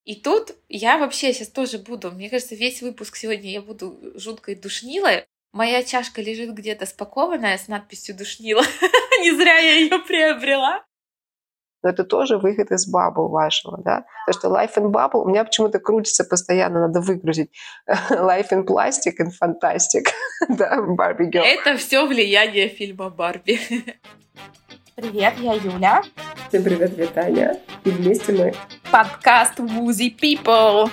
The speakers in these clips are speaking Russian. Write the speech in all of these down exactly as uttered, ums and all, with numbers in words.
И тут я вообще сейчас тоже буду, мне кажется, весь выпуск сегодня я буду жуткой душнилой. Моя чашка лежит где-то спакованная с надписью «Душнила». Не зря я ее приобрела. Но это тоже выход из бабл вашего, да? Потому что life in bubble у меня почему-то крутится постоянно, надо выгрузить. Life in plastic and fantastic. Да, Барби Girl. Это все влияние фильма «Барби». Привет, я Юля. Всем привет, я Таня. И вместе мы... Подкаст Woozy People.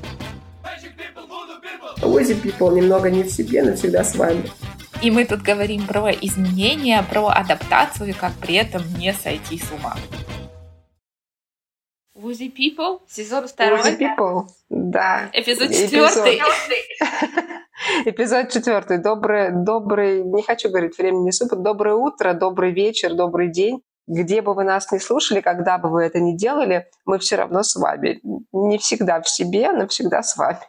Woozy People немного не в себе, но всегда с вами. И мы тут говорим про изменения, про адаптацию, как при этом не сойти с ума. Woozy People, сезон второй. Woozy People, да. Эпизод четвертый. Эпизод четвертый. Добрый, добрый, не хочу говорить времени суток, доброе утро, добрый вечер, добрый день. Где бы вы нас не слушали, когда бы вы это ни делали, мы все равно с вами. Не всегда в себе, но всегда с вами.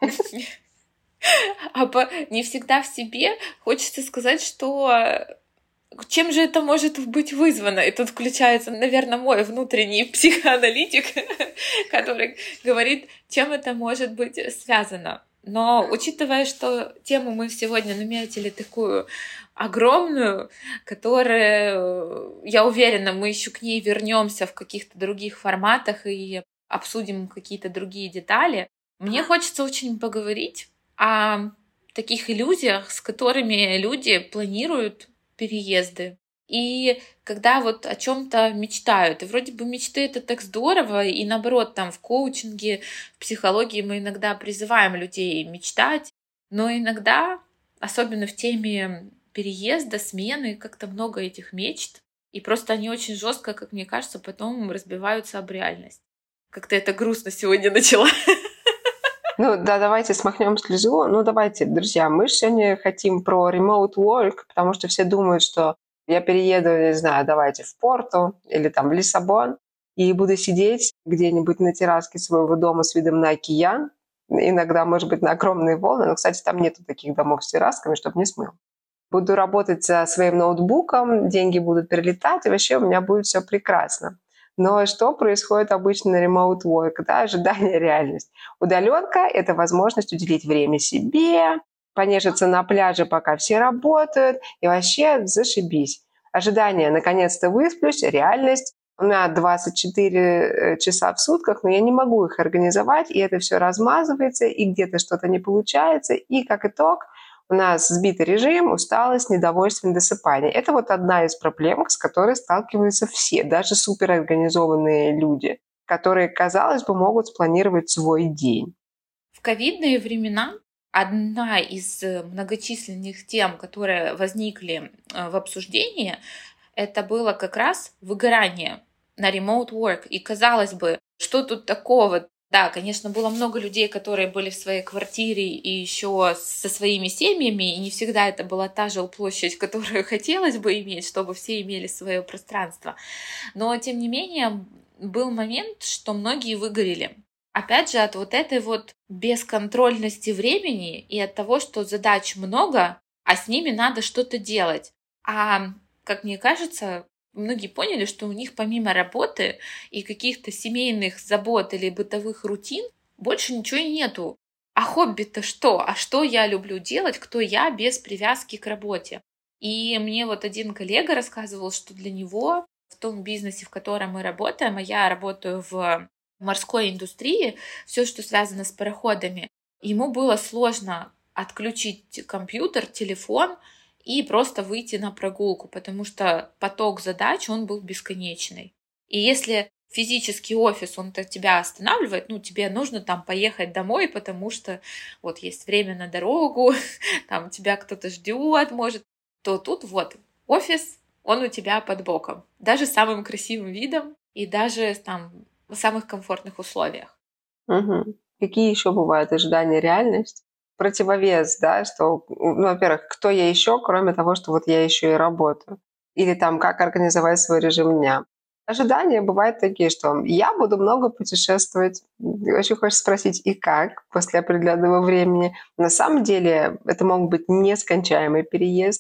А по не всегда в себе хочется сказать, что чем же это может быть вызвано? И тут включается, наверное, мой внутренний психоаналитик, который говорит, чем это может быть связано. Но учитывая, что тему мы сегодня наметили такую огромную, которая, я уверена, мы еще к ней вернемся в каких-то других форматах и обсудим какие-то другие детали, мне хочется очень поговорить о таких иллюзиях, с которыми люди планируют переезды. И когда вот о чем-то мечтают, и вроде бы мечты — это так здорово, и наоборот, там в коучинге, в психологии мы иногда призываем людей мечтать, но иногда, особенно в теме переезда, смены, как-то много этих мечт, и просто они очень жестко, как мне кажется, потом разбиваются об реальность. Как-то это грустно сегодня начала. Ну да, давайте смахнем слезу. Ну давайте, друзья, мы же сегодня хотим про remote work, потому что все думают, что я перееду, не знаю, давайте в Порту или там в Лиссабон и буду сидеть где-нибудь на терраске своего дома с видом на океан, иногда, может быть, на огромные волны, но, кстати, там нету таких домов с террасками, чтобы не смыл. Буду работать за своим ноутбуком, деньги будут прилетать, и вообще у меня будет все прекрасно. Но что происходит обычно на remote work? Да, ожидание, реальность. Удаленка — это возможность уделить время себе, понежиться на пляже, пока все работают, и вообще зашибись. Ожидание, наконец-то высплюсь, реальность. У меня двадцать четыре часа в сутках, но я не могу их организовать, и это все размазывается, и где-то что-то не получается, и как итог у нас сбитый режим, усталость, недовольство, недосыпание. Это вот одна из проблем, с которой сталкиваются все, даже суперорганизованные люди, которые, казалось бы, могут спланировать свой день. В ковидные времена одна из многочисленных тем, которые возникли в обсуждении, это было как раз выгорание на remote work. И казалось бы, что тут такого? Да, конечно, было много людей, которые были в своей квартире и еще со своими семьями, и не всегда это была та жилплощадь, которую хотелось бы иметь, чтобы все имели свое пространство. Но, тем не менее, был момент, что многие выгорели. Опять же, от вот этой вот бесконтрольности времени и от того, что задач много, а с ними надо что-то делать. А, как мне кажется, многие поняли, что у них помимо работы и каких-то семейных забот или бытовых рутин больше ничего и нету. А хобби-то что? А что я люблю делать? Кто я без привязки к работе? И мне вот один коллега рассказывал, что для него в том бизнесе, в котором мы работаем, а я работаю в морской индустрии, все, что связано с пароходами, ему было сложно отключить компьютер, телефон и просто выйти на прогулку, потому что поток задач, он был бесконечный. И если физический офис, он-то тебя останавливает, ну, тебе нужно там поехать домой, потому что вот есть время на дорогу, там тебя кто-то ждет, может, то тут вот офис, он у тебя под боком, даже с самым красивым видом и даже там в самых комфортных условиях. Угу. Какие еще бывают ожидания, реальность? Противовес, да, что, ну, во-первых, кто я еще, кроме того, что вот я еще и работаю. Или там, как организовать свой режим дня. Ожидания бывают такие, что я буду много путешествовать. Очень хочется спросить, и как после определенного времени. На самом деле это могут быть нескончаемые переезды.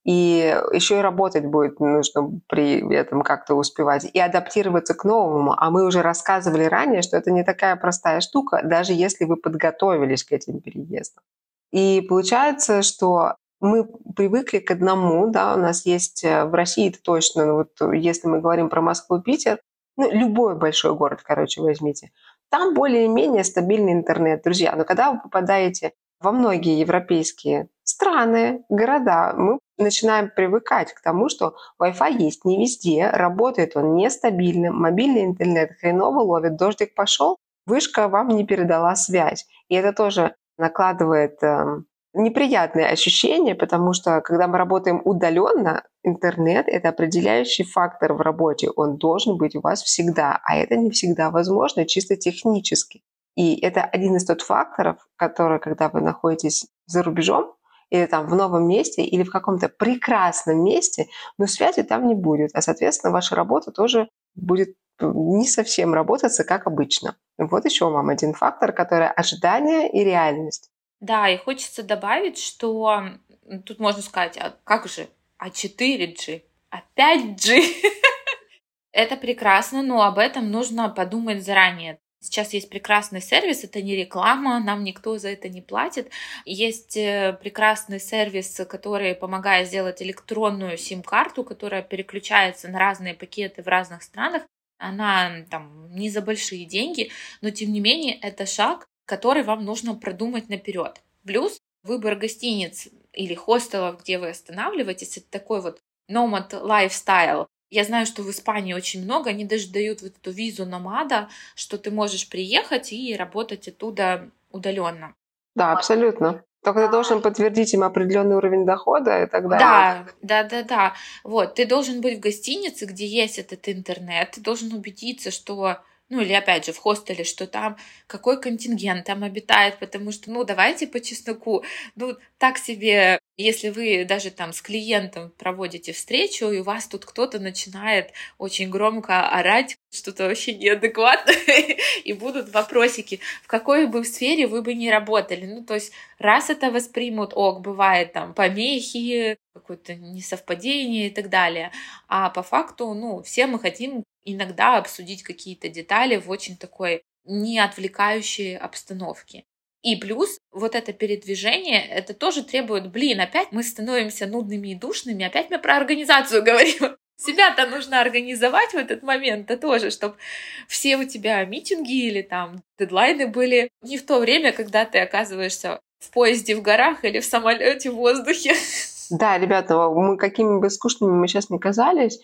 И еще и работать будет нужно при этом как-то успевать и адаптироваться к новому. А мы уже рассказывали ранее, что это не такая простая штука, даже если вы подготовились к этим переездам. И получается, что мы привыкли к одному, да, у нас есть в России это точно, ну вот если мы говорим про Москву, Питер, ну любой большой город, короче, возьмите, там более-менее стабильный интернет, друзья. Но когда вы попадаете во многие европейские страны, города, мы начинаем привыкать к тому, что Wi-Fi есть не везде, работает он нестабильно, мобильный интернет хреново ловит, дождик пошел, вышка вам не передала связь. И это тоже накладывает э, неприятные ощущения, потому что когда мы работаем удаленно, интернет — это определяющий фактор в работе. Он должен быть у вас всегда, а это не всегда возможно чисто технически. И это один из тот факторов, который, когда вы находитесь за рубежом, или там в новом месте, или в каком-то прекрасном месте, но связи там не будет. А, соответственно, ваша работа тоже будет не совсем работаться, как обычно. Вот еще вам один фактор, который ожидание и реальность. Да, и хочется добавить, что тут можно сказать, а как же, а четыре джи, а пять джи? Это прекрасно, но об этом нужно подумать заранее. Сейчас есть прекрасный сервис, это не реклама, нам никто за это не платит. Есть прекрасный сервис, который помогает сделать электронную сим-карту, которая переключается на разные пакеты в разных странах. Она там не за большие деньги, но тем не менее это шаг, который вам нужно продумать наперед. Плюс выбор гостиниц или хостелов, где вы останавливаетесь, это такой вот nomad lifestyle. Я знаю, что в Испании очень много, они даже дают вот эту визу номада, что ты можешь приехать и работать оттуда удаленно. Да, абсолютно. Только ты должен подтвердить им определенный уровень дохода и так далее. Да, да, да, да. Вот, ты должен быть в гостинице, где есть этот интернет, ты должен убедиться, что, ну или опять же в хостеле, что там какой контингент там обитает, потому что, ну давайте по чесноку, ну так себе, если вы даже там с клиентом проводите встречу, и у вас тут кто-то начинает очень громко орать, что-то вообще неадекватное, и будут вопросики, в какой бы сфере вы бы ни работали. Ну, то есть, раз это воспримут, ок, бывает там помехи, какое-то несовпадение и так далее. А по факту, ну, все мы хотим иногда обсудить какие-то детали в очень такой не отвлекающей обстановке. И плюс вот это передвижение, это тоже требует, блин, опять мы становимся нудными и душными, опять мы про организацию говорим. Себя-то нужно организовать в этот момент-то тоже, чтобы все у тебя митинги или там дедлайны были не в то время, когда ты оказываешься в поезде в горах или в самолете в воздухе. Да, ребята, мы какими бы скучными мы сейчас не казались,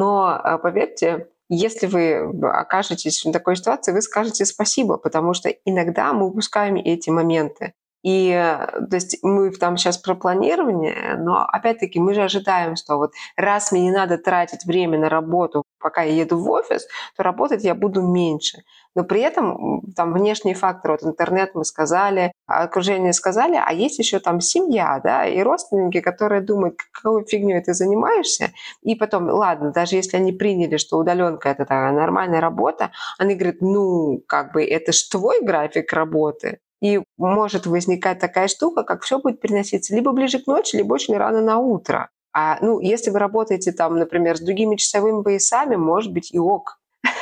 но поверьте, если вы окажетесь в такой ситуации, вы скажете спасибо, потому что иногда мы упускаем эти моменты. И то есть мы там сейчас про планирование, но опять-таки мы же ожидаем, что вот раз мне не надо тратить время на работу, пока я еду в офис, то работать я буду меньше. Но при этом там внешние факторы, вот интернет мы сказали, окружение сказали, а есть еще там семья, да, и родственники, которые думают, какой фигней ты занимаешься, и потом, ладно, даже если они приняли, что удаленка это такая нормальная работа, они говорят, ну, как бы это ж твой график работы. И может возникать такая штука, как все будет переноситься либо ближе к ночи, либо очень рано на утро. А ну, если вы работаете там, например, с другими часовыми поясами, может быть и ок.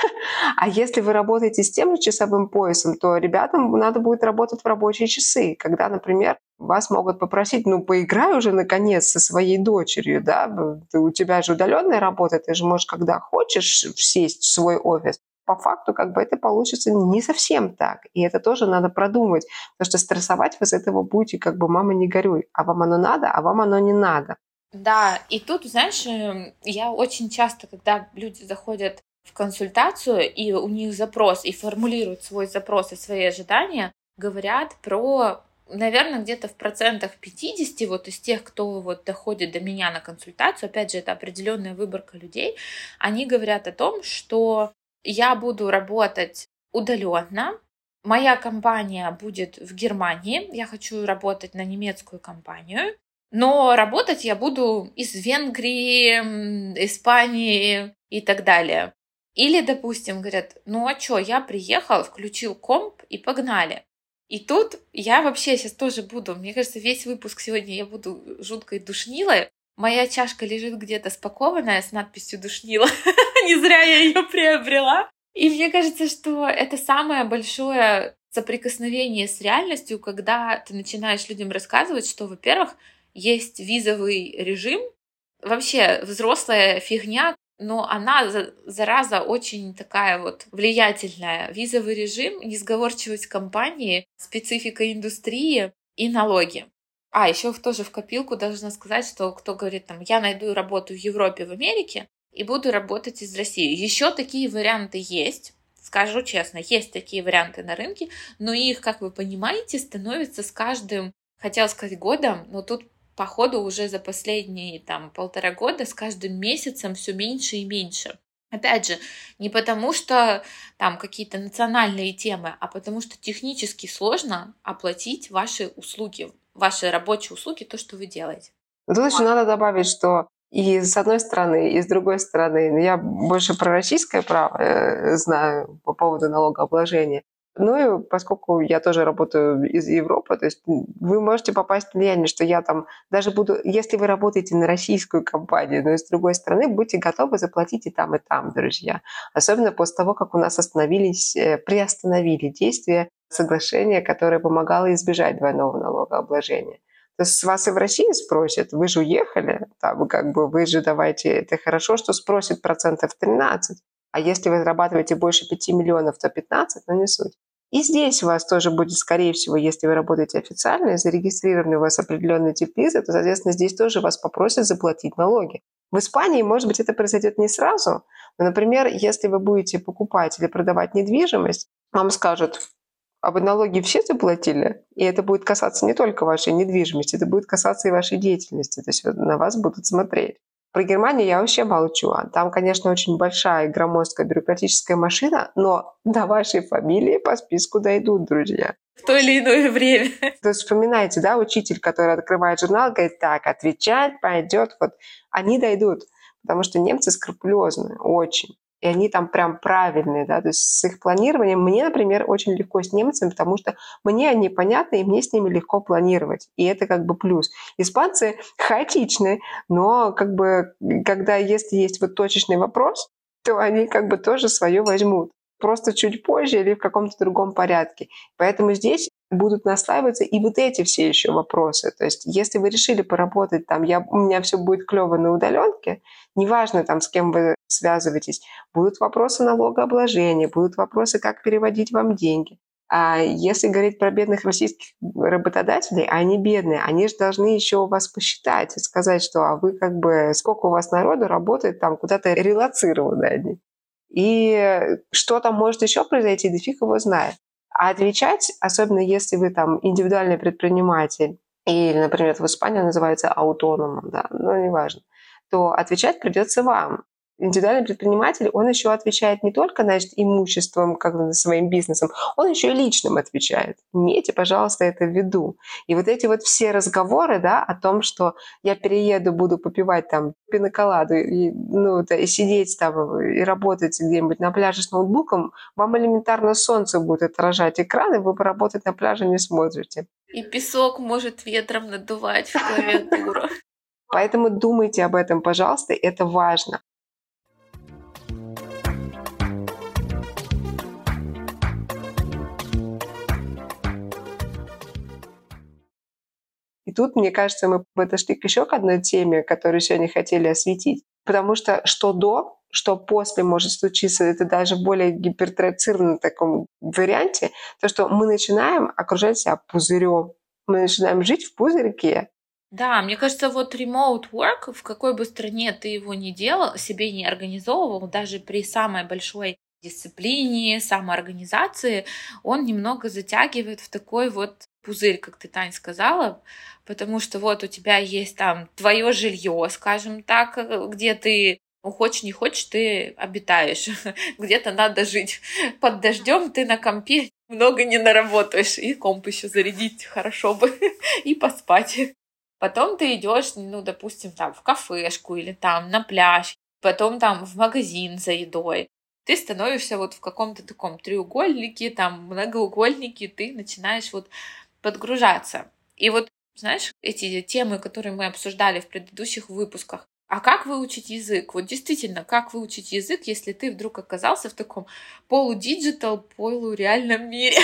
А если вы работаете с тем же часовым поясом, то ребятам надо будет работать в рабочие часы, когда, например, вас могут попросить, ну, поиграй уже, наконец, со своей дочерью, да, ты, у тебя же удаленная работа, ты же можешь, когда хочешь, сесть в свой офис. По факту, как бы это получится не совсем так. И это тоже надо продумать, потому что стрессовать вы с этого будете, как бы, мама, не горюй. А вам оно надо, а вам оно не надо. Да, и тут, знаешь, я очень часто, когда люди заходят в консультацию, и у них запрос, и формулируют свой запрос и свои ожидания, говорят про, наверное, где-то в процентах пятьдесят вот из тех, кто вот доходит до меня на консультацию, опять же, это определенная выборка людей, они говорят о том, что я буду работать удаленно, моя компания будет в Германии, я хочу работать на немецкую компанию, но работать я буду из Венгрии, Испании и так далее. Или, допустим, говорят, ну а что, я приехал, включил комп и погнали. И тут я вообще сейчас тоже буду, мне кажется, весь выпуск сегодня я буду жуткой душнилой, Моя чашка лежит где-то спакованная с надписью «Душнила». Не зря я ее приобрела. И мне кажется, что это самое большое соприкосновение с реальностью, когда ты начинаешь людям рассказывать, что, во-первых, есть визовый режим, вообще взрослая фигня, но она, зараза, очень такая вот влиятельная. Визовый режим, несговорчивость компании, специфика индустрии и налоги. А, еще тоже в копилку должна сказать, что кто говорит там, я найду работу в Европе, в Америке и буду работать из России. Еще такие варианты есть. Скажу честно, есть такие варианты на рынке, но их, как вы понимаете, становится с каждым, хотела сказать, годом, но тут походу уже за последние там полтора года с каждым месяцем все меньше и меньше. Опять же, не потому что там какие-то национальные темы, а потому что технически сложно оплатить ваши услуги, ваши рабочие услуги, то, что вы делаете. Тут еще надо добавить, что и с одной стороны, и с другой стороны, я больше про российское право э, знаю по поводу налогообложения. Ну и поскольку я тоже работаю из Европы, то есть вы можете попасть в влияние, что я там даже буду, если вы работаете на российскую компанию, но и с другой стороны, будьте готовы заплатить и там, и там, друзья. Особенно после того, как у нас остановились, э, приостановили действие соглашения, которое помогало избежать двойного налогообложения. То есть с вас и в России спросят, вы же уехали, там, как бы вы же давайте, это хорошо, что спросят процентов тринадцать, а если вы зарабатываете больше пяти миллионов, то пятнадцать, но не суть. И здесь у вас тоже будет, скорее всего, если вы работаете официально, зарегистрированы у вас определенный тип визы, то, соответственно, здесь тоже вас попросят заплатить налоги. В Испании, может быть, это произойдет не сразу, но, например, если вы будете покупать или продавать недвижимость, вам скажут, а вы налоги все заплатили? И это будет касаться не только вашей недвижимости, это будет касаться и вашей деятельности. То есть на вас будут смотреть. Про Германию я вообще молчу. Там, конечно, очень большая, громоздкая бюрократическая машина, но до вашей фамилии по списку дойдут, друзья. В то или иное время. То есть вспоминайте, да, учитель, который открывает журнал, говорит, так, отвечать пойдет. Вот они дойдут, потому что немцы скрупулезные, очень. И они там прям правильные, да, то есть с их планированием мне, например, очень легко с немцами, потому что мне они понятны, и мне с ними легко планировать. И это как бы плюс. Испанцы хаотичны, но как бы когда если есть вот точечный вопрос, то они как бы тоже свое возьмут. Просто чуть позже или в каком-то другом порядке. Поэтому здесь будут настраиваться и вот эти все еще вопросы. То есть если вы решили поработать там, я, у меня все будет клево на удаленке, неважно там, с кем вы связываетесь, будут вопросы налогообложения, будут вопросы, как переводить вам деньги. А если говорить про бедных российских работодателей, а они бедные, они же должны еще у вас посчитать и сказать, что а вы как бы, сколько у вас народу работает там куда-то релоцированы они. И что там может еще произойти, да фиг его знает. А отвечать, особенно если вы там индивидуальный предприниматель, или, например, в Испании называется аутономом, да, но неважно, то отвечать придется вам. Индивидуальный предприниматель, он еще отвечает не только, значит, имуществом, как бы своим бизнесом, он еще и личным отвечает. Имейте, пожалуйста, это в виду. И вот эти вот все разговоры, да, о том, что я перееду, буду попивать там пиноколаду и, ну, и сидеть там и работать где-нибудь на пляже с ноутбуком, вам элементарно солнце будет отражать экран, и вы поработать на пляже не сможете. И песок может ветром надувать в клавиатуру. Поэтому думайте об этом, пожалуйста, это важно. И тут, мне кажется, мы подошли к еще к одной теме, которую сегодня хотели осветить. Потому что что до, что после может случиться, это даже в более гипертрофированном таком варианте, то, что мы начинаем окружать себя пузырем. Мы начинаем жить в пузырьке. Да, мне кажется, вот remote work, в какой бы стране ты его ни делал, себе не организовывал, даже при самой большой дисциплине, самоорганизации, он немного затягивает в такой вот пузырь, как ты, Тань, сказала, потому что вот у тебя есть там твое жилье, скажем так, где ты ну, хочешь, не хочешь, ты обитаешь. Где-то надо жить. Под дождем ты на компе много не наработаешь. И комп еще зарядить хорошо бы. И поспать. Потом ты идешь, ну, допустим, там в кафешку или там на пляж. Потом там в магазин за едой. Ты становишься вот в каком-то таком треугольнике, там многоугольнике. Ты начинаешь вот подгружаться. И вот знаешь, эти темы, которые мы обсуждали в предыдущих выпусках. А как выучить язык? Вот действительно, как выучить язык, если ты вдруг оказался в таком полудиджитал, полуреальном мире?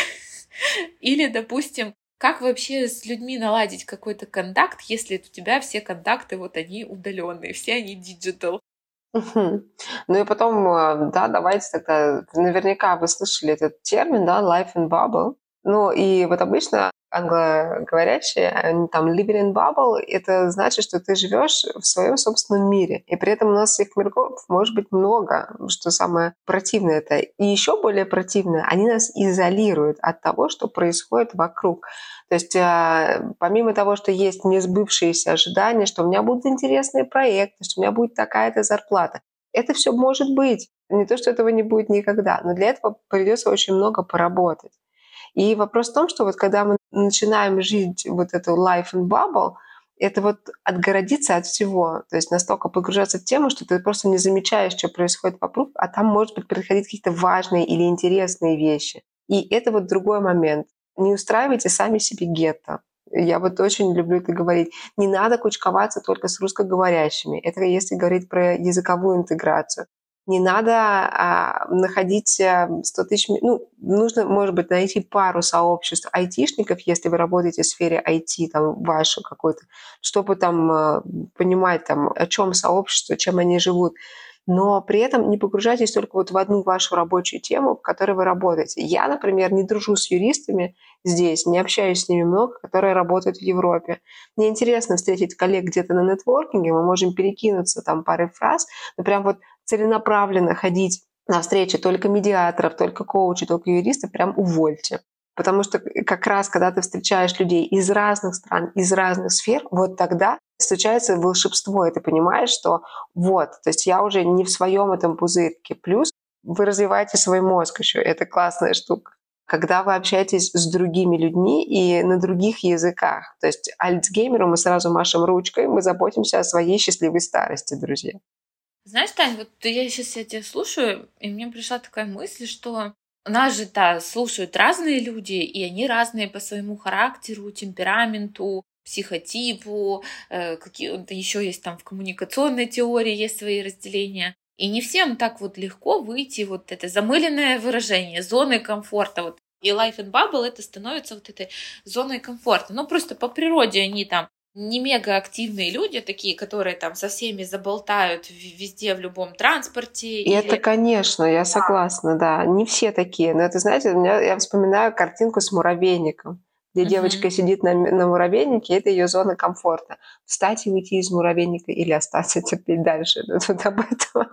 Или, допустим, как вообще с людьми наладить какой-то контакт, если у тебя все контакты, вот они удаленные, все они диджитал? Мгм. Ну и потом, э, да, давайте тогда, наверняка вы слышали этот термин, да, life in bubble. Ну и вот обычно англоговорящие, они там living in bubble, это значит, что ты живешь в своем собственном мире. И при этом у нас этих миров может быть много, что самое противное это. И еще более противное, они нас изолируют от того, что происходит вокруг. То есть а, помимо того, что есть несбывшиеся ожидания, что у меня будут интересные проекты, что у меня будет такая-то зарплата, это все может быть. Не то, что этого не будет никогда, но для этого придется очень много поработать. И вопрос в том, что вот когда мы начинаем жить вот эту life in bubble, это вот отгородиться от всего, то есть настолько погружаться в тему, что ты просто не замечаешь, что происходит вокруг, а там, может быть, происходить какие-то важные или интересные вещи. И это вот другой момент. Не устраивайте сами себе гетто. Я вот очень люблю это говорить. Не надо кучковаться только с русскоговорящими. Это если говорить про языковую интеграцию. Не надо а, находить а, сто тысяч... Ну, нужно, может быть, найти пару сообществ айтишников, если вы работаете в сфере ай ти, там, вашу какой-то, чтобы там а, понимать, там, о чем сообщество, чем они живут. Но при этом не погружайтесь только вот в одну вашу рабочую тему, в которой вы работаете. Я, например, не дружу с юристами здесь, не общаюсь с ними много, которые работают в Европе. Мне интересно встретить коллег где-то на нетворкинге, мы можем перекинуться там парой фраз, но прям вот целенаправленно ходить на встречи только медиаторов, только коучей, только юристов, прям увольте. Потому что как раз, когда ты встречаешь людей из разных стран, из разных сфер, вот тогда случается волшебство, и ты понимаешь, что вот, то есть я уже не в своем этом пузырьке. Плюс вы развиваете свой мозг еще, это классная штука. Когда вы общаетесь с другими людьми и на других языках. То есть альцгеймеру мы сразу машем ручкой, мы заботимся о своей счастливой старости, друзья. Знаешь, Тань, вот я сейчас я тебя слушаю, и мне пришла такая мысль, что нас же да, слушают разные люди, и они разные по своему характеру, темпераменту, психотипу, э, какие-то еще есть там в коммуникационной теории есть свои разделения. И не всем так вот легко выйти вот это замыленное выражение зоны комфорта. Вот. И Life in Bubble это становится вот этой зоной комфорта. Ну, просто по природе они там не мега активные люди, такие, которые там со всеми заболтают везде, в любом транспорте. И или... это, конечно, я согласна, да. Не все такие. Но это, знаете, у меня, я вспоминаю картинку с муравейником, где uh-huh. девочка сидит на, на муравейнике, это ее зона комфорта. Встать и уйти из муравейника или остаться терпеть дальше. Вот об этом.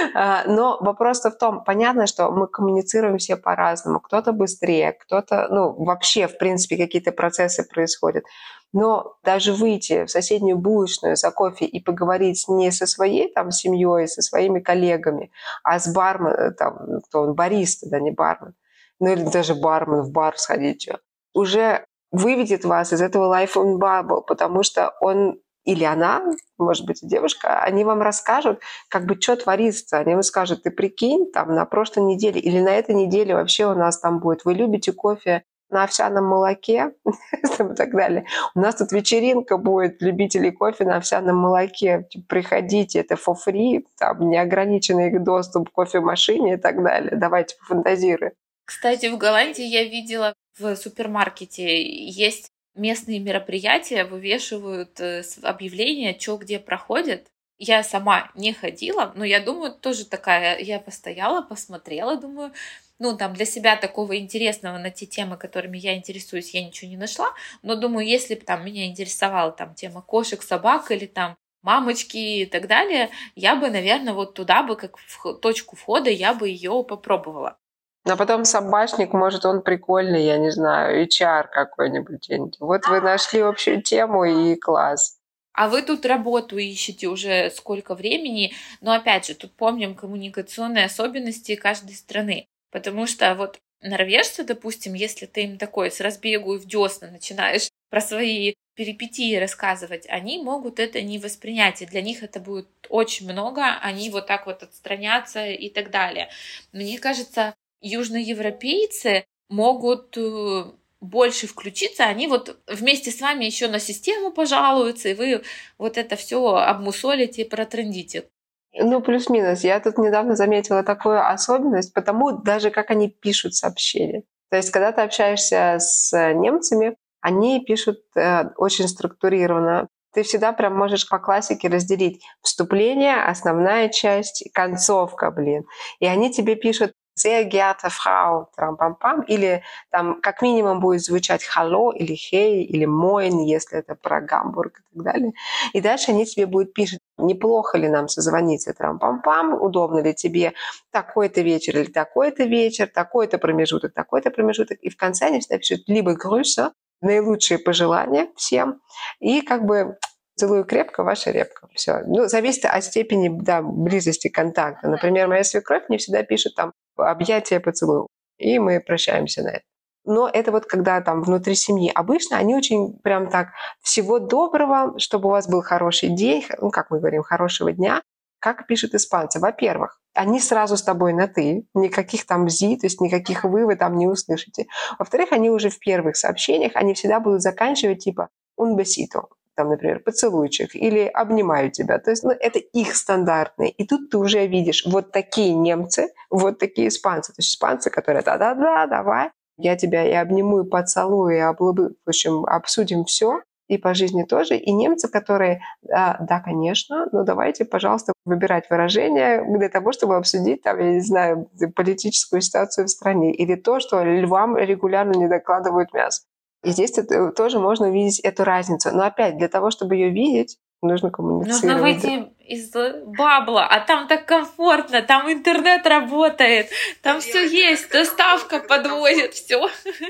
Но вопрос-то в том, понятно, что мы коммуницируем все по-разному. Кто-то быстрее, кто-то, ну, вообще, в принципе, какие-то процессы происходят. Но даже выйти в соседнюю булочную за кофе и поговорить не со своей там семьей, со своими коллегами, а с барменом, там, кто он, бариста, да, не бармен, ну или даже бармен в бар сходить, уже выведет вас из этого life in bubble, потому что он или она, может быть, и девушка, они вам расскажут, как бы, что творится. Они вам скажут, ты прикинь, там, на прошлой неделе или на этой неделе вообще у нас там будет, вы любите кофе на овсяном молоке и так далее. У нас тут вечеринка будет любителей кофе на овсяном молоке. Приходите, это for free, там неограниченный доступ к кофемашине и так далее. Давайте пофантазируем. Кстати, в Голландии я видела в супермаркете есть местные мероприятия, вывешивают объявления, что где проходит. Я сама не ходила, но я думаю, тоже такая, я постояла, посмотрела, думаю, ну, там, для себя такого интересного на те темы, которыми я интересуюсь, я ничего не нашла, но думаю, если бы там меня интересовала там тема кошек, собак или там мамочки и так далее, я бы, наверное, вот туда бы, как в точку входа, я бы ее попробовала. А потом собачник, может, он прикольный, я не знаю, эйч ар какой-нибудь. Вот вы нашли общую тему и класс. А вы тут работу ищете уже сколько времени, но опять же, тут помним коммуникационные особенности каждой страны. Потому что вот норвежцы, допустим, если ты им такой с разбегу и в десна начинаешь про свои перипетии рассказывать, они могут это не воспринять, и для них это будет очень много, они вот так вот отстранятся и так далее. Мне кажется, южноевропейцы могут больше включиться, они вот вместе с вами еще на систему пожалуются, и вы вот это все обмусолите и протрендите. Ну, плюс-минус. Я тут недавно заметила такую особенность, потому даже как они пишут сообщения. То есть, когда ты общаешься с немцами, они пишут э, очень структурированно. Ты всегда прям можешь по классике разделить вступление, основная часть, концовка, блин. И они тебе пишут «Sehr geehrte Frau», трам-пам-пам, или там как минимум будет звучать «Hallo» или «Hey» или «Moin», если это про Гамбург и так далее. И дальше они тебе будут писать, неплохо ли нам созвониться, трам-пам-пам, удобно ли тебе такой-то вечер или такой-то вечер, такой-то промежуток, такой-то промежуток. И в конце они всегда пишут либо «Grüße», наилучшие пожелания всем, и как бы целую крепко, ваша репка. Все. Ну, зависит от степени, да, близости контакта. Например, моя свекровь мне всегда пишет там объятия, поцелуй, и мы прощаемся на это. Но это вот когда там внутри семьи. Обычно они очень прям так всего доброго, чтобы у вас был хороший день, ну, как мы говорим, хорошего дня. Как пишут испанцы? Во-первых, они сразу с тобой на «ты», никаких там «зи», то есть никаких «вы» вы там не услышите. Во-вторых, они уже в первых сообщениях, они всегда будут заканчивать типа «un besito», там, например, поцелуйчик или «обнимаю тебя». То есть ну, это их стандартные. И тут ты уже видишь вот такие немцы, вот такие испанцы. То есть испанцы, которые «да-да-да, давай, я тебя и обниму, и поцелую, и облыбы». В общем, обсудим все. И по жизни тоже. И немцы, которые, да, да, конечно, но давайте, пожалуйста, выбирать выражения для того, чтобы обсудить, там, я не знаю, политическую ситуацию в стране. Или то, что львам регулярно не докладывают мясо. И здесь тоже можно увидеть эту разницу. Но опять, для того, чтобы ее видеть, нужно коммуницировать. Нужно выйти из бабла, а там так комфортно, там интернет работает, там все есть, доставка подвозит, все.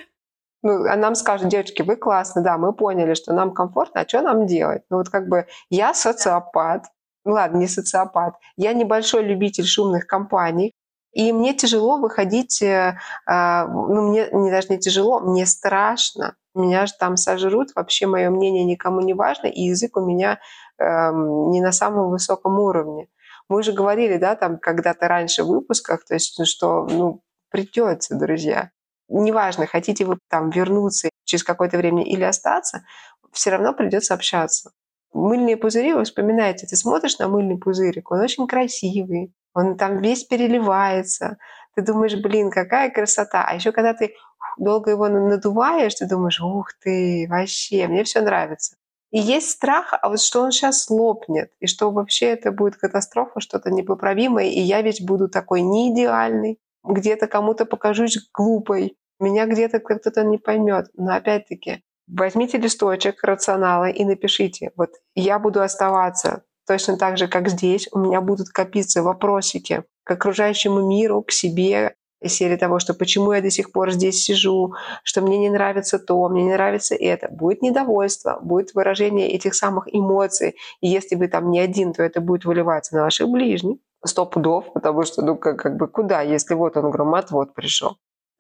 Ну, а нам скажут, девочки, вы классно, да, мы поняли, что нам комфортно, а что нам делать? Ну вот как бы я социопат, ну ладно, не социопат, я небольшой любитель шумных компаний, и мне тяжело выходить, э, э, ну мне не, даже не тяжело, мне страшно, меня же там сожрут, вообще мое мнение никому не важно, и язык у меня э, не на самом высоком уровне. Мы уже говорили, да, там когда-то раньше в выпусках, то есть, что, ну, придется, друзья. Неважно, хотите вы там вернуться через какое-то время или остаться, все равно придется общаться. Мыльные пузыри, вы вспоминаете, ты смотришь на мыльный пузырик, он очень красивый, он там весь переливается. Ты думаешь, блин, какая красота. А еще когда ты долго его надуваешь, ты думаешь, ух ты, вообще, мне все нравится. И есть страх, а вот что он сейчас лопнет, и что вообще это будет катастрофа, что-то непоправимое, и я ведь буду такой не идеальный, где-то кому-то покажусь глупой, меня где-то кто-то не поймет. Но опять-таки, возьмите листочек рационала и напишите, вот я буду оставаться точно так же, как здесь, у меня будут копиться вопросики к окружающему миру, к себе, из серии того, что почему я до сих пор здесь сижу, что мне не нравится то, мне не нравится это. Будет недовольство, будет выражение этих самых эмоций. И если вы там не один, то это будет выливаться на ваших ближних. Сто пудов, потому что, ну, как, как бы куда, если вот он громотвод пришел.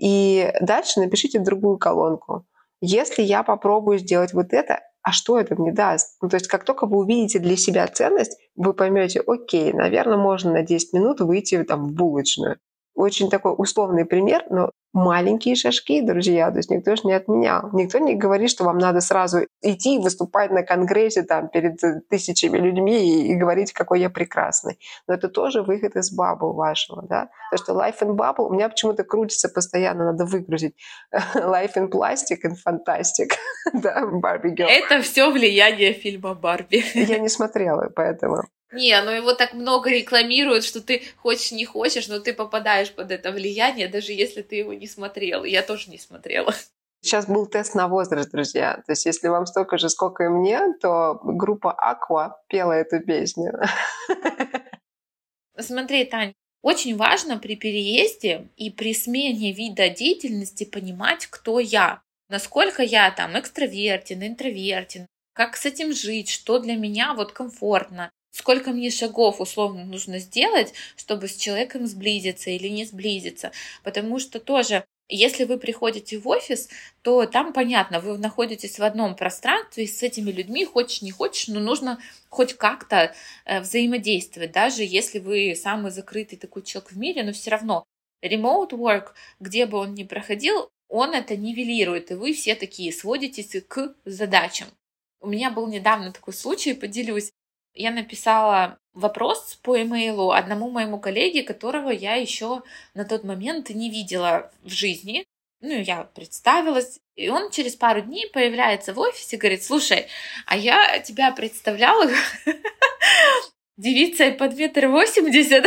И дальше напишите другую колонку. Если я попробую сделать вот это, а что это мне даст? Ну, то есть как только вы увидите для себя ценность, вы поймете, окей, наверное, можно на десять минут выйти там, в булочную. Очень такой условный пример, но маленькие шажки, друзья, то есть никто же не отменял. Никто не говорит, что вам надо сразу идти и выступать на конгрессе там, перед тысячами людьми и, и говорить, какой я прекрасный. Но это тоже выход из бабл вашего, да. То, что life in bubble у меня почему-то крутится постоянно, надо выгрузить. Life in plastic and fantastic, да, Барби Girl. Это все влияние фильма «Барби». Я не смотрела, поэтому... Не, ну его так много рекламируют, что ты хочешь, не хочешь, но ты попадаешь под это влияние, даже если ты его не смотрел. Я тоже не смотрела. Сейчас был тест на возраст, друзья. То есть если вам столько же, сколько и мне, то группа Aqua пела эту песню. Смотри, Тань, очень важно при переезде и при смене вида деятельности понимать, кто я. Насколько я там экстравертен, интровертен, как с этим жить, что для меня вот комфортно. Сколько мне шагов условно нужно сделать, чтобы с человеком сблизиться или не сблизиться. Потому что тоже, если вы приходите в офис, то там понятно, вы находитесь в одном пространстве, и с этими людьми, хочешь не хочешь, но нужно хоть как-то взаимодействовать. Даже если вы самый закрытый такой человек в мире, но все равно remote work, где бы он ни проходил, он это нивелирует, и вы все такие сводитесь к задачам. У меня был недавно такой случай, поделюсь. Я написала вопрос по имейлу одному моему коллеге, которого я еще на тот момент не видела в жизни. Ну, я представилась, и он через пару дней появляется в офисе и говорит: слушай, а я тебя представляла девицей под метр восемьдесят.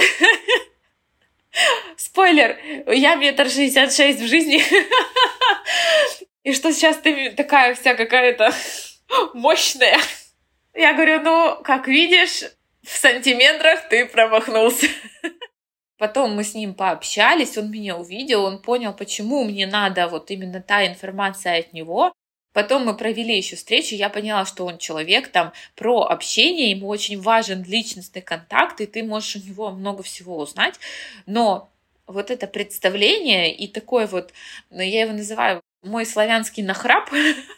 Спойлер, я метр шестьдесят шесть в жизни. И что сейчас ты такая вся какая-то мощная. Я говорю: ну, как видишь, в сантиметрах ты промахнулся. Потом мы с ним пообщались, он меня увидел, он понял, почему мне надо вот именно та информация от него. Потом мы провели еще встречу, я поняла, что он человек там про общение, ему очень важен личностный контакт, и ты можешь у него много всего узнать. Но вот это представление и такой вот, ну, я его называю мой славянский нахрап,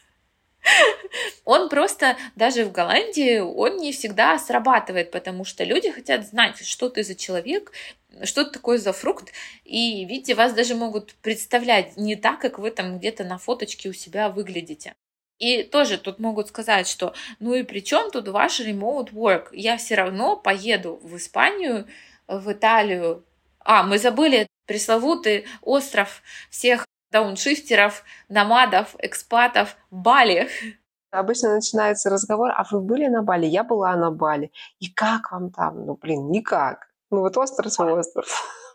он просто даже в Голландии, он не всегда срабатывает, потому что люди хотят знать, что ты за человек, что ты такой за фрукт, и, видите, вас даже могут представлять не так, как вы там где-то на фоточке у себя выглядите. И тоже тут могут сказать, что ну и при чем тут ваш remote work? Я все равно поеду в Испанию, в Италию. А, мы забыли пресловутый остров всех дауншифтеров, номадов, экспатов, Бали. Обычно начинается разговор: а вы были на Бали? Я была на Бали. И как вам там? Ну, блин, никак. Ну, вот остров свой остров.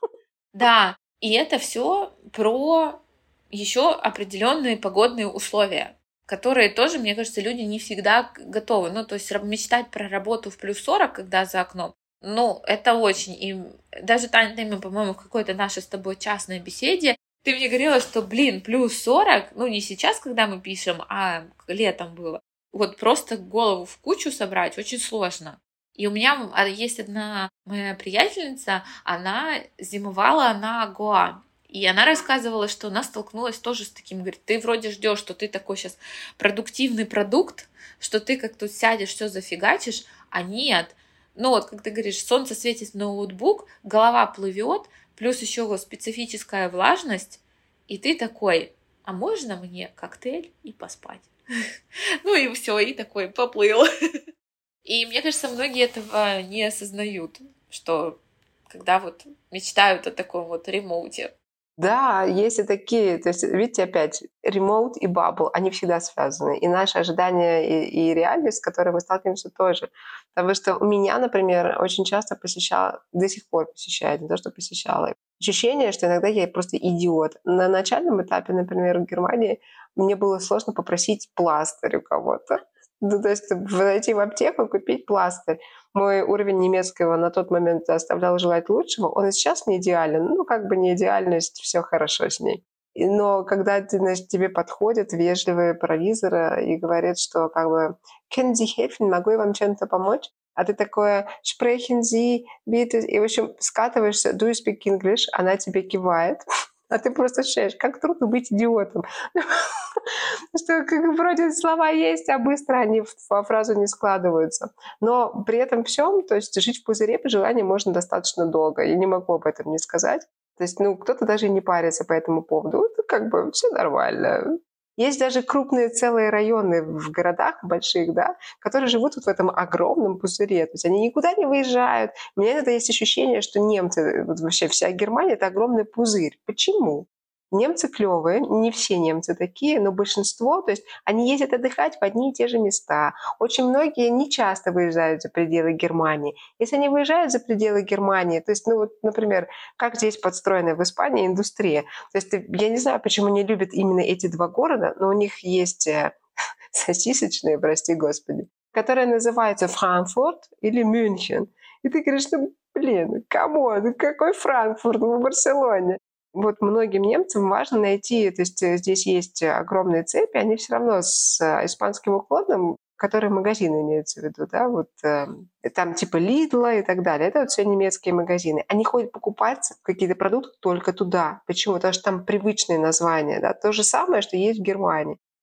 Да, и это все про еще определенные погодные условия, которые тоже, мне кажется, люди не всегда готовы. Ну, то есть мечтать про работу в плюс сорок, когда за окном, ну, это очень. И даже, Таня, по-моему, в какой-то нашей с тобой частной беседе ты мне говорила, что, блин, плюс сорок, ну, не сейчас, когда мы пишем, а летом было. Вот просто голову в кучу собрать очень сложно. И у меня есть одна моя приятельница, она зимовала на Гоа. И она рассказывала, что она столкнулась тоже с таким, говорит, ты вроде ждешь, что ты такой сейчас продуктивный продукт, что ты как тут сядешь, все зафигачишь, а нет. Ну вот, как ты говоришь, солнце светит в ноутбук, голова плывет, плюс еще специфическая влажность, и ты такой: а можно мне коктейль и поспать? Ну и все, и такой поплыл. И мне кажется, многие этого не осознают, что когда вот мечтают о таком вот ремоуте. Да, есть и такие. То есть, видите, опять, ремоут и бабл, они всегда связаны. И наши ожидания, и, и реальность, с которой мы сталкиваемся, тоже. Потому что у меня, например, очень часто посещала, до сих пор посещает, не то, что посещала, ощущение, что иногда я просто идиот. На начальном этапе, например, в Германии, мне было сложно попросить пластырь у кого-то. Ну, то есть зайти в аптеку, купить пластырь. Мой уровень немецкого на тот момент оставлял желать лучшего. Он и сейчас не идеален. Ну, как бы не идеальность, все хорошо с ней. Но когда ты, значит, тебе подходят вежливые провизоры и говорят, что как бы «Können Sie helfen? Могу я вам чем-то помочь?» А ты такое «Sprechen Sie bitte?» И, в общем, скатываешься «Do you speak English?» Она тебе кивает. А ты просто ощущаешь, как трудно быть идиотом. Что как вроде слова есть, а быстро они в фразу не складываются. Но при этом всем, то есть жить в пузыре по желанию можно достаточно долго. Я не могу об этом не сказать. То есть, ну, кто-то даже не парится по этому поводу. Это как бы все нормально. Есть даже крупные целые районы в городах больших, да, которые живут вот в этом огромном пузыре. То есть они никуда не выезжают. У меня иногда есть ощущение, что немцы, вот вообще вся Германия — это огромный пузырь. Почему? Немцы клевые, не все немцы такие, но большинство, то есть они ездят отдыхать в одни и те же места. Очень многие не часто выезжают за пределы Германии. Если они выезжают за пределы Германии, то есть, ну вот, например, как здесь подстроена в Испании индустрия. То есть я не знаю, почему не любят именно эти два города, но у них есть сосисочные, прости господи, которые называются Франкфурт или Мюнхен. И ты говоришь, ну, блин, камон, какой Франкфурт, мы в Барселоне. Вот многим немцам важно найти, то есть здесь есть огромные цепи, они все равно с испанским уклоном, которые магазины имеются в виду, да, вот э, там типа Lidl и так далее, это вот все немецкие магазины. Они ходят покупать какие-то продукты только туда. Почему? Потому что там привычные названия, да, то же самое, что есть в Германии.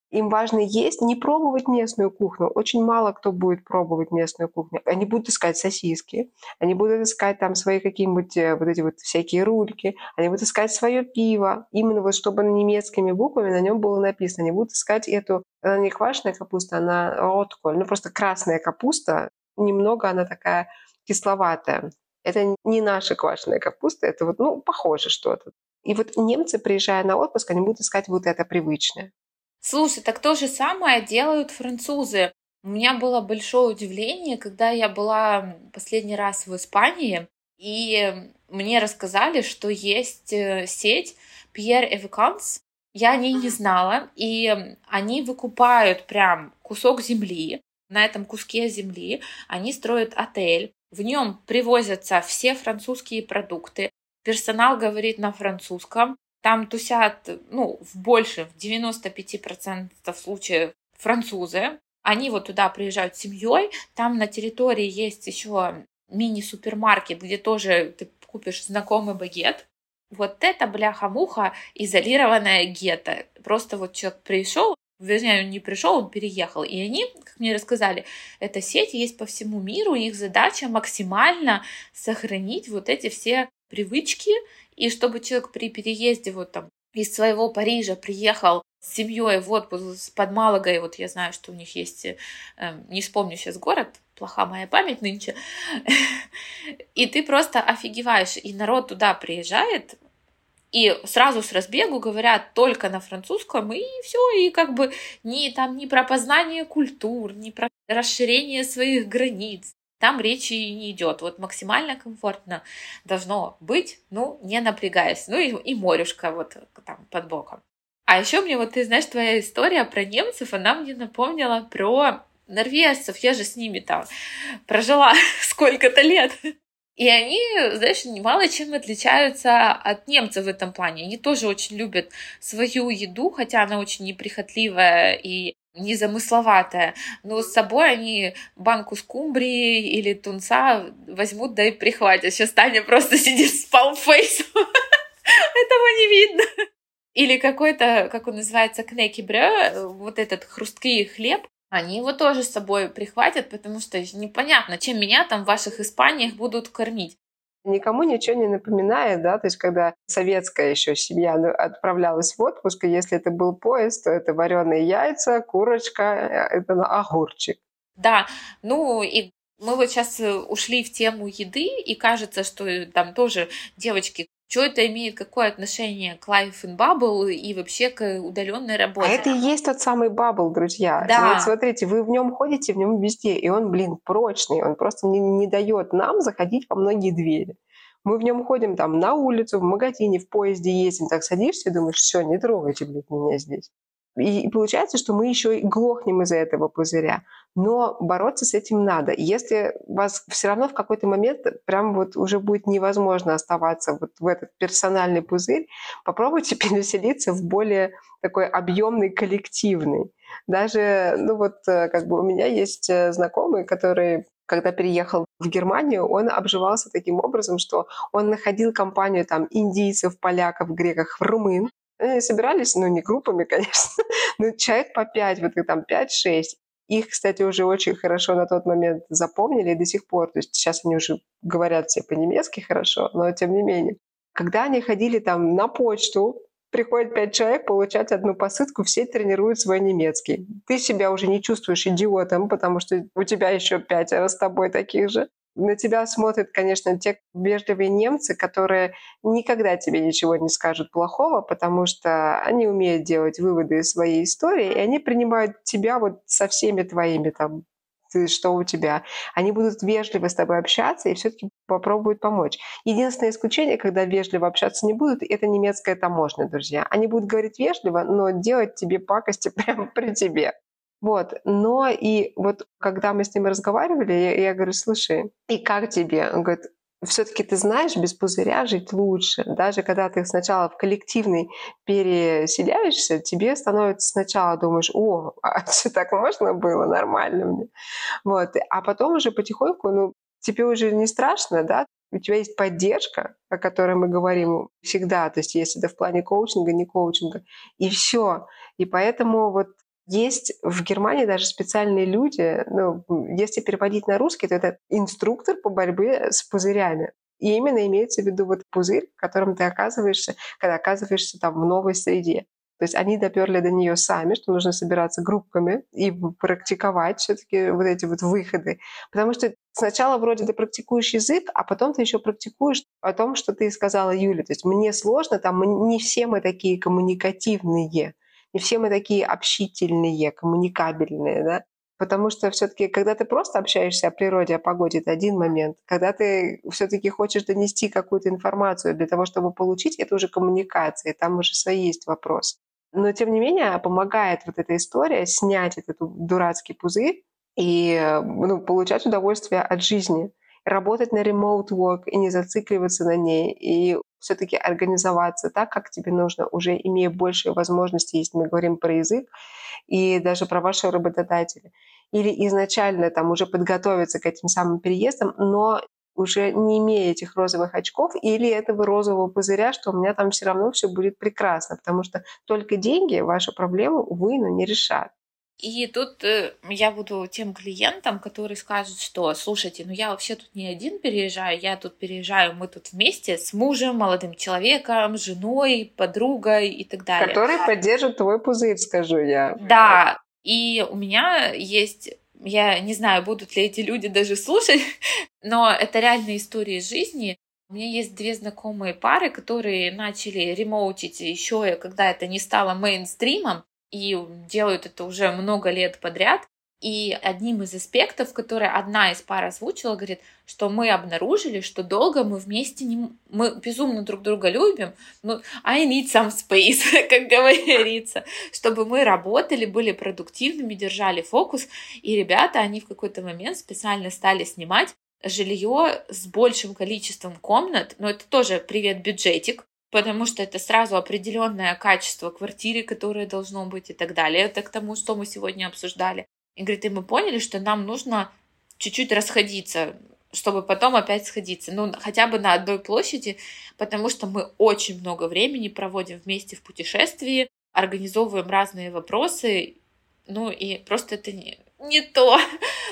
Им важно есть, не пробовать местную кухню. Очень мало кто будет пробовать местную кухню. Они будут искать сосиски, они будут искать там свои какие-нибудь э, вот эти вот всякие рульки, они будут искать свое пиво, именно вот чтобы немецкими буквами на нем было написано. Они будут искать эту, она не квашеная капуста, она ротколь, ну просто красная капуста, немного она такая кисловатая. Это не наша квашеная капуста, это вот, ну, похоже что-то. И вот немцы, приезжая на отпуск, они будут искать вот это привычное. Слушай, так то же самое делают французы. У меня было большое удивление, когда я была последний раз в Испании, и мне рассказали, что есть э, сеть Pierre et Vacances. Я о ней не знала, и они выкупают прям кусок земли. На этом куске земли они строят отель. В нем привозятся все французские продукты. Персонал говорит на французском. Там тусят, ну, в больше, в девяносто пять процентов случаев французы. Они вот туда приезжают с семьей. Там на территории есть еще мини-супермаркет, где тоже ты купишь знакомый багет. Вот это, бляха-муха, изолированная гетто. Просто вот человек пришел, вернее, он не пришел, он переехал. И они, как мне рассказали, эта сеть есть по всему миру, и их задача максимально сохранить вот эти все привычки, и чтобы человек при переезде вот там из своего Парижа приехал с семьей в отпуск под Малагой, вот я знаю, что у них есть, э, не вспомню сейчас город, плоха моя память нынче, и ты просто офигеваешь, и народ туда приезжает, и сразу с разбегу говорят только на французском, и все, и как бы ни, там, ни про познание культур, ни про расширение своих границ. Там речи не идет. Вот максимально комфортно должно быть, ну, не напрягаясь. Ну и, и морюшка вот там под боком. А еще мне вот, ты знаешь, твоя история про немцев, она мне напомнила про норвежцев. Я же с ними там прожила сколько-то лет. И они, знаешь, мало чем отличаются от немцев в этом плане. Они тоже очень любят свою еду, хотя она очень неприхотливая и незамысловатая. Но с собой они банку скумбрии или тунца возьмут, да и прихватят. Сейчас Таня просто сидит с палмфейсом. Этого не видно. Или какой-то, как он называется, кнекебрё, вот этот хрусткий хлеб. Они его тоже с собой прихватят, потому что непонятно, чем меня там в ваших Испаниях будут кормить. Никому ничего не напоминает, да, то есть когда советская еще семья отправлялась в отпуск, и если это был поезд, то это вареные яйца, курочка, это огурчик. Да, ну и мы вот сейчас ушли в тему еды, и кажется, что там тоже девочки, что это имеет какое отношение к Life in Bubble и вообще к удаленной работе? А это и есть тот самый бабл, друзья. Да. Вот смотрите, вы в нем ходите, в нем везде, и он, блин, прочный, он просто не, не дает нам заходить во многие двери. Мы в нем ходим там на улицу, в магазине, в поезде ездим, так садишься и думаешь, все, не трогайте, блин, меня здесь. И получается, что мы еще и глохнем из-за этого пузыря. Но бороться с этим надо. Если вас все равно в какой-то момент прям вот уже будет невозможно оставаться вот в этот персональный пузырь, попробуйте переселиться в более такой объемный, коллективный. Даже, ну вот, как бы у меня есть знакомый, который, когда переехал в Германию, он обживался таким образом, что он находил компанию там индийцев, поляков, греков, румын. Они собирались, ну, не группами, конечно, но человек по пять, вот там пять-шесть. Их, кстати, уже очень хорошо на тот момент запомнили и до сих пор. То есть сейчас они уже говорят все по-немецки хорошо, но тем не менее. Когда они ходили там на почту, приходит пять человек получать одну посылку, все тренируют свой немецкий. Ты себя уже не чувствуешь идиотом, потому что у тебя еще пятеро с тобой таких же. На тебя смотрят, конечно, те вежливые немцы, которые никогда тебе ничего не скажут плохого, потому что они умеют делать выводы из своей истории, и они принимают тебя вот со всеми твоими там, ты, что у тебя. Они будут вежливо с тобой общаться и все-таки попробуют помочь. Единственное исключение, когда вежливо общаться не будут, это немецкая таможня, друзья. Они будут говорить вежливо, но делать тебе пакости прямо при тебе. Вот, но и вот когда мы с ним разговаривали, я, я говорю, слушай, и как тебе? Он говорит, все-таки ты знаешь, без пузыря жить лучше. Даже когда ты сначала в коллективный переселяешься, тебе становится сначала думаешь, о, а что так можно было, нормально мне. Вот, а потом уже потихоньку, ну, тебе уже не страшно, да, у тебя есть поддержка, о которой мы говорим всегда, то есть если это в плане коучинга, не коучинга, и все. И поэтому вот Есть в Германии даже специальные люди, ну, если переводить на русский, то это инструктор по борьбе с пузырями. И именно имеется в виду вот пузырь, в котором ты оказываешься, когда оказываешься там в новой среде. То есть они доперли до нее сами, что нужно собираться группками и практиковать все-таки вот эти вот выходы. Потому что сначала вроде ты практикуешь язык, а потом ты еще практикуешь о том, что ты сказала Юля. То есть мне сложно, там не все мы такие коммуникативные, не все мы такие общительные, коммуникабельные, да. Потому что все-таки, когда ты просто общаешься о природе, о погоде, это один момент. Когда ты все-таки хочешь донести какую-то информацию для того, чтобы получить, это уже коммуникация, там уже свои есть вопросы. Но, тем не менее, помогает вот эта история снять этот дурацкий пузырь и ну, получать удовольствие от жизни. Работать на remote work и не зацикливаться на ней. И все-таки организоваться так, как тебе нужно, уже имея большие возможности, если мы говорим про язык, и даже про вашего работодателя. Или изначально там уже подготовиться к этим самым переездам, но уже не имея этих розовых очков или этого розового пузыря, что у меня там все равно все будет прекрасно, потому что только деньги вашу проблему, увы, но не решат. И тут э, я буду тем клиентам, которые скажут, что, слушайте, ну я вообще тут не один переезжаю, я тут переезжаю, мы тут вместе с мужем, молодым человеком, женой, подругой и так далее. Которые поддержат твой пузырь, скажу я. Да, и у меня есть, я не знаю, будут ли эти люди даже слушать, но это реальные истории из жизни. У меня есть две знакомые пары, которые начали ремоутить еще, когда это не стало мейнстримом, и делают это уже много лет подряд. И одним из аспектов, который одна из пар озвучила, говорит, что мы обнаружили, что долго мы вместе не... Мы безумно друг друга любим, но I need some space, как говорится, чтобы мы работали, были продуктивными, держали фокус. И ребята, они в какой-то момент специально стали снимать жилье с большим количеством комнат, но это тоже привет бюджетик, потому что это сразу определенное качество квартиры, которое должно быть и так далее. Это к тому, что мы сегодня обсуждали. И говорит, и мы поняли, что нам нужно чуть-чуть расходиться, чтобы потом опять сходиться. Ну, хотя бы на одной площади, потому что мы очень много времени проводим вместе в путешествии, организовываем разные вопросы, ну и просто это не, не то.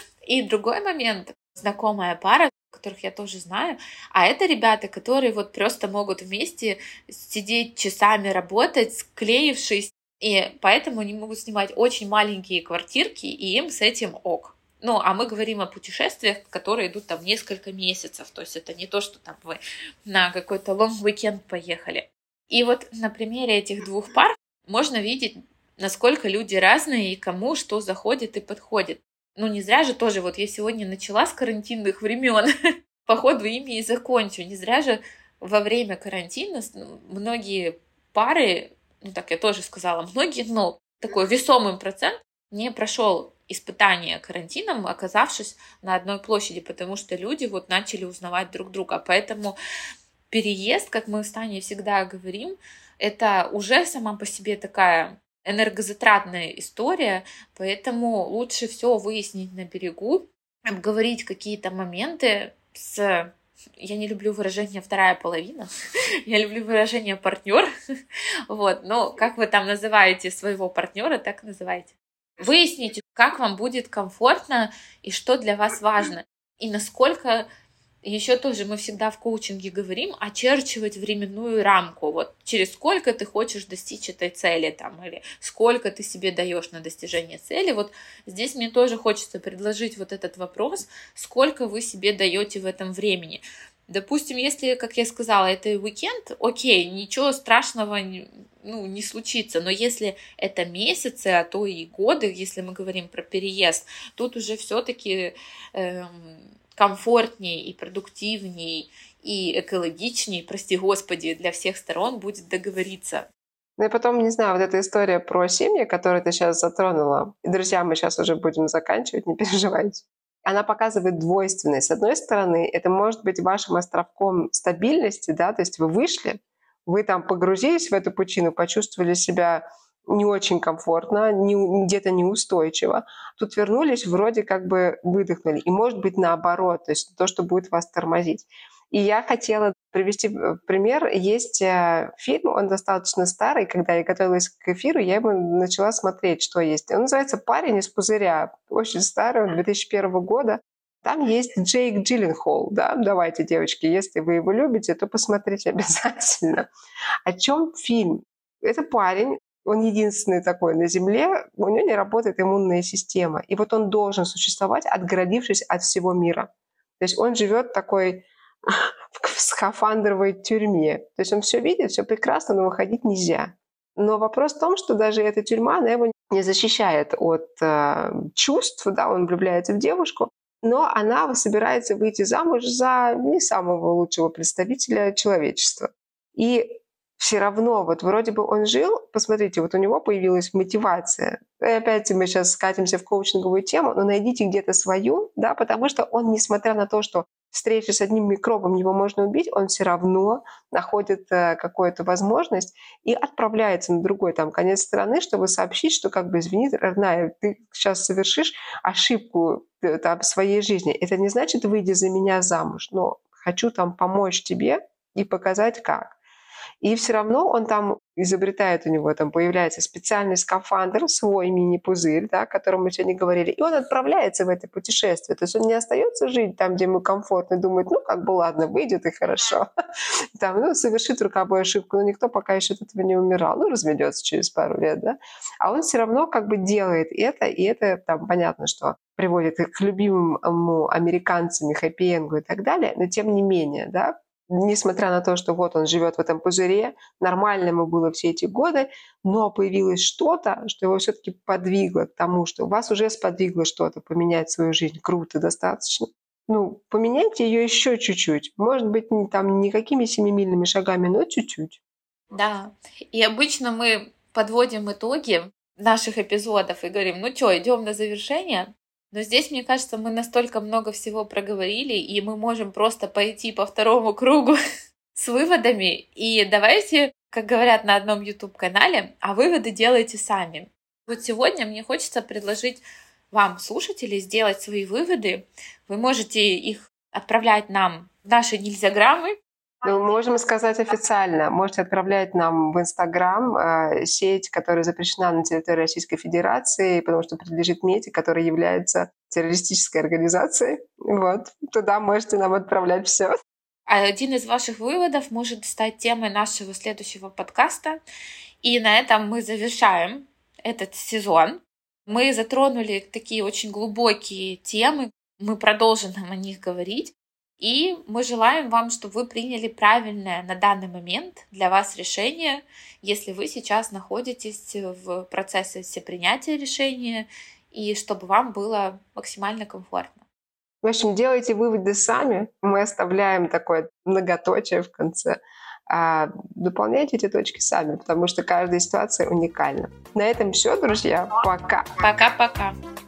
И другой момент, знакомая пара, которых я тоже знаю, а это ребята, которые вот просто могут вместе сидеть часами, работать, склеившись, и поэтому они могут снимать очень маленькие квартирки, и им с этим ок. Ну, а мы говорим о путешествиях, которые идут там несколько месяцев, то есть это не то, что там вы на какой-то лонг-уикенд поехали. И вот на примере этих двух пар можно видеть, насколько люди разные и кому что заходит и подходит. Ну, не зря же тоже, вот я сегодня начала с карантинных времен, походу ими и закончу. Не зря же во время карантина многие пары, ну так я тоже сказала, многие, но такой весомый процент не прошел испытание карантином, оказавшись на одной площади, потому что люди вот начали узнавать друг друга. Поэтому переезд, как мы с Таней всегда говорим, это уже сама по себе такая энергозатратная история, поэтому лучше все выяснить на берегу, обговорить какие-то моменты с... Я не люблю выражение «вторая половина», я люблю выражение «партнер», вот, но как вы там называете своего партнера, так и называйте. Выясните, как вам будет комфортно и что для вас важно, и насколько... Еще тоже мы всегда в коучинге говорим очерчивать временную рамку. Вот через сколько ты хочешь достичь этой цели, там, или сколько ты себе даешь на достижение цели. Вот здесь мне тоже хочется предложить вот этот вопрос, сколько вы себе даете в этом времени. Допустим, если, как я сказала, это уикенд, окей, ничего страшного ну, не случится. Но если это месяцы, а то и годы, если мы говорим про переезд, тут уже все-таки... Эм, комфортнее и продуктивнее и экологичнее, прости господи, для всех сторон будет договориться. Ну и потом, не знаю, вот эта история про семьи, которую ты сейчас затронула, и, друзья, мы сейчас уже будем заканчивать, не переживайте. Она показывает двойственность. С одной стороны, это может быть вашим островком стабильности, да, то есть вы вышли, вы там погрузились в эту пучину, почувствовали себя не очень комфортно, не, где-то неустойчиво. Тут вернулись, вроде как бы выдохнули. И может быть наоборот, то есть то, что будет вас тормозить. И я хотела привести пример. Есть фильм, он достаточно старый. Когда я готовилась к эфиру, я его начала смотреть, что есть. Он называется «Парень из пузыря». Очень старый, он две тысячи первого года. Там есть Джейк Джилленхол. Да? Давайте, девочки, если вы его любите, то посмотрите обязательно. О чем фильм? Это парень, он единственный такой на Земле, у него не работает иммунная система. И вот он должен существовать, отгородившись от всего мира. То есть он живет такой в скафандровой тюрьме. То есть он все видит, все прекрасно, но выходить нельзя. Но вопрос в том, что даже эта тюрьма, она его не защищает от э, чувств, да, он влюбляется в девушку, но она собирается выйти замуж за не самого лучшего представителя человечества. И все равно, вот вроде бы он жил, посмотрите, вот у него появилась мотивация. И опять мы сейчас скатимся в коучинговую тему, но найдите где-то свою, да, потому что он, несмотря на то, что встреча с одним микробом его можно убить, он все равно находит э, какую-то возможность и отправляется на другой там конец страны, чтобы сообщить, что как бы, извини, родная, ты сейчас совершишь ошибку э, там, в своей жизни. Это не значит выйди за меня замуж, но хочу там помочь тебе и показать как. И все равно он там изобретает, у него там появляется специальный скафандр, свой мини-пузырь, да, о котором мы сегодня говорили, и он отправляется в это путешествие. То есть он не остается жить там, где ему комфортно, и думает, ну, как бы, ладно, выйдет и хорошо. Там, ну, совершит роковую ошибку, но никто пока еще от этого не умирал. Ну, разведется через пару лет, да. А он все равно как бы делает это, и это там понятно, что приводит к любимому американцам, хэппи-энду и так далее, но тем не менее, да, несмотря на то, что вот он живет в этом пузыре, нормально ему было все эти годы, но появилось что-то, что его все-таки подвигло к тому, что вас уже сподвигло что-то поменять свою жизнь. Круто достаточно. Ну, поменяйте ее еще чуть-чуть. Может быть, не, там, не какими семимильными шагами, но чуть-чуть. Да. И обычно мы подводим итоги наших эпизодов и говорим, ну что, идем на завершение? Но здесь, мне кажется, мы настолько много всего проговорили, и мы можем просто пойти по второму кругу с выводами. И давайте, как говорят на одном YouTube-канале, а выводы делайте сами. Вот сегодня мне хочется предложить вам, слушатели, сделать свои выводы. Вы можете их отправлять нам в наши нельзяграммы. Ну, можем сказать официально. Можете отправлять нам в Инстаграм, э, сеть, которая запрещена на территории Российской Федерации, потому что принадлежит МЕТИ, которая является террористической организацией. Вот. Туда можете нам отправлять все. А один из ваших выводов может стать темой нашего следующего подкаста. И на этом мы завершаем этот сезон. Мы затронули такие очень глубокие темы. Мы продолжим о них говорить. И мы желаем вам, чтобы вы приняли правильное на данный момент для вас решение, если вы сейчас находитесь в процессе принятия решения, и чтобы вам было максимально комфортно. В общем, делайте выводы сами. Мы оставляем такое многоточие в конце. А дополняйте эти точки сами, потому что каждая ситуация уникальна. На этом все, друзья. Пока. Пока-пока.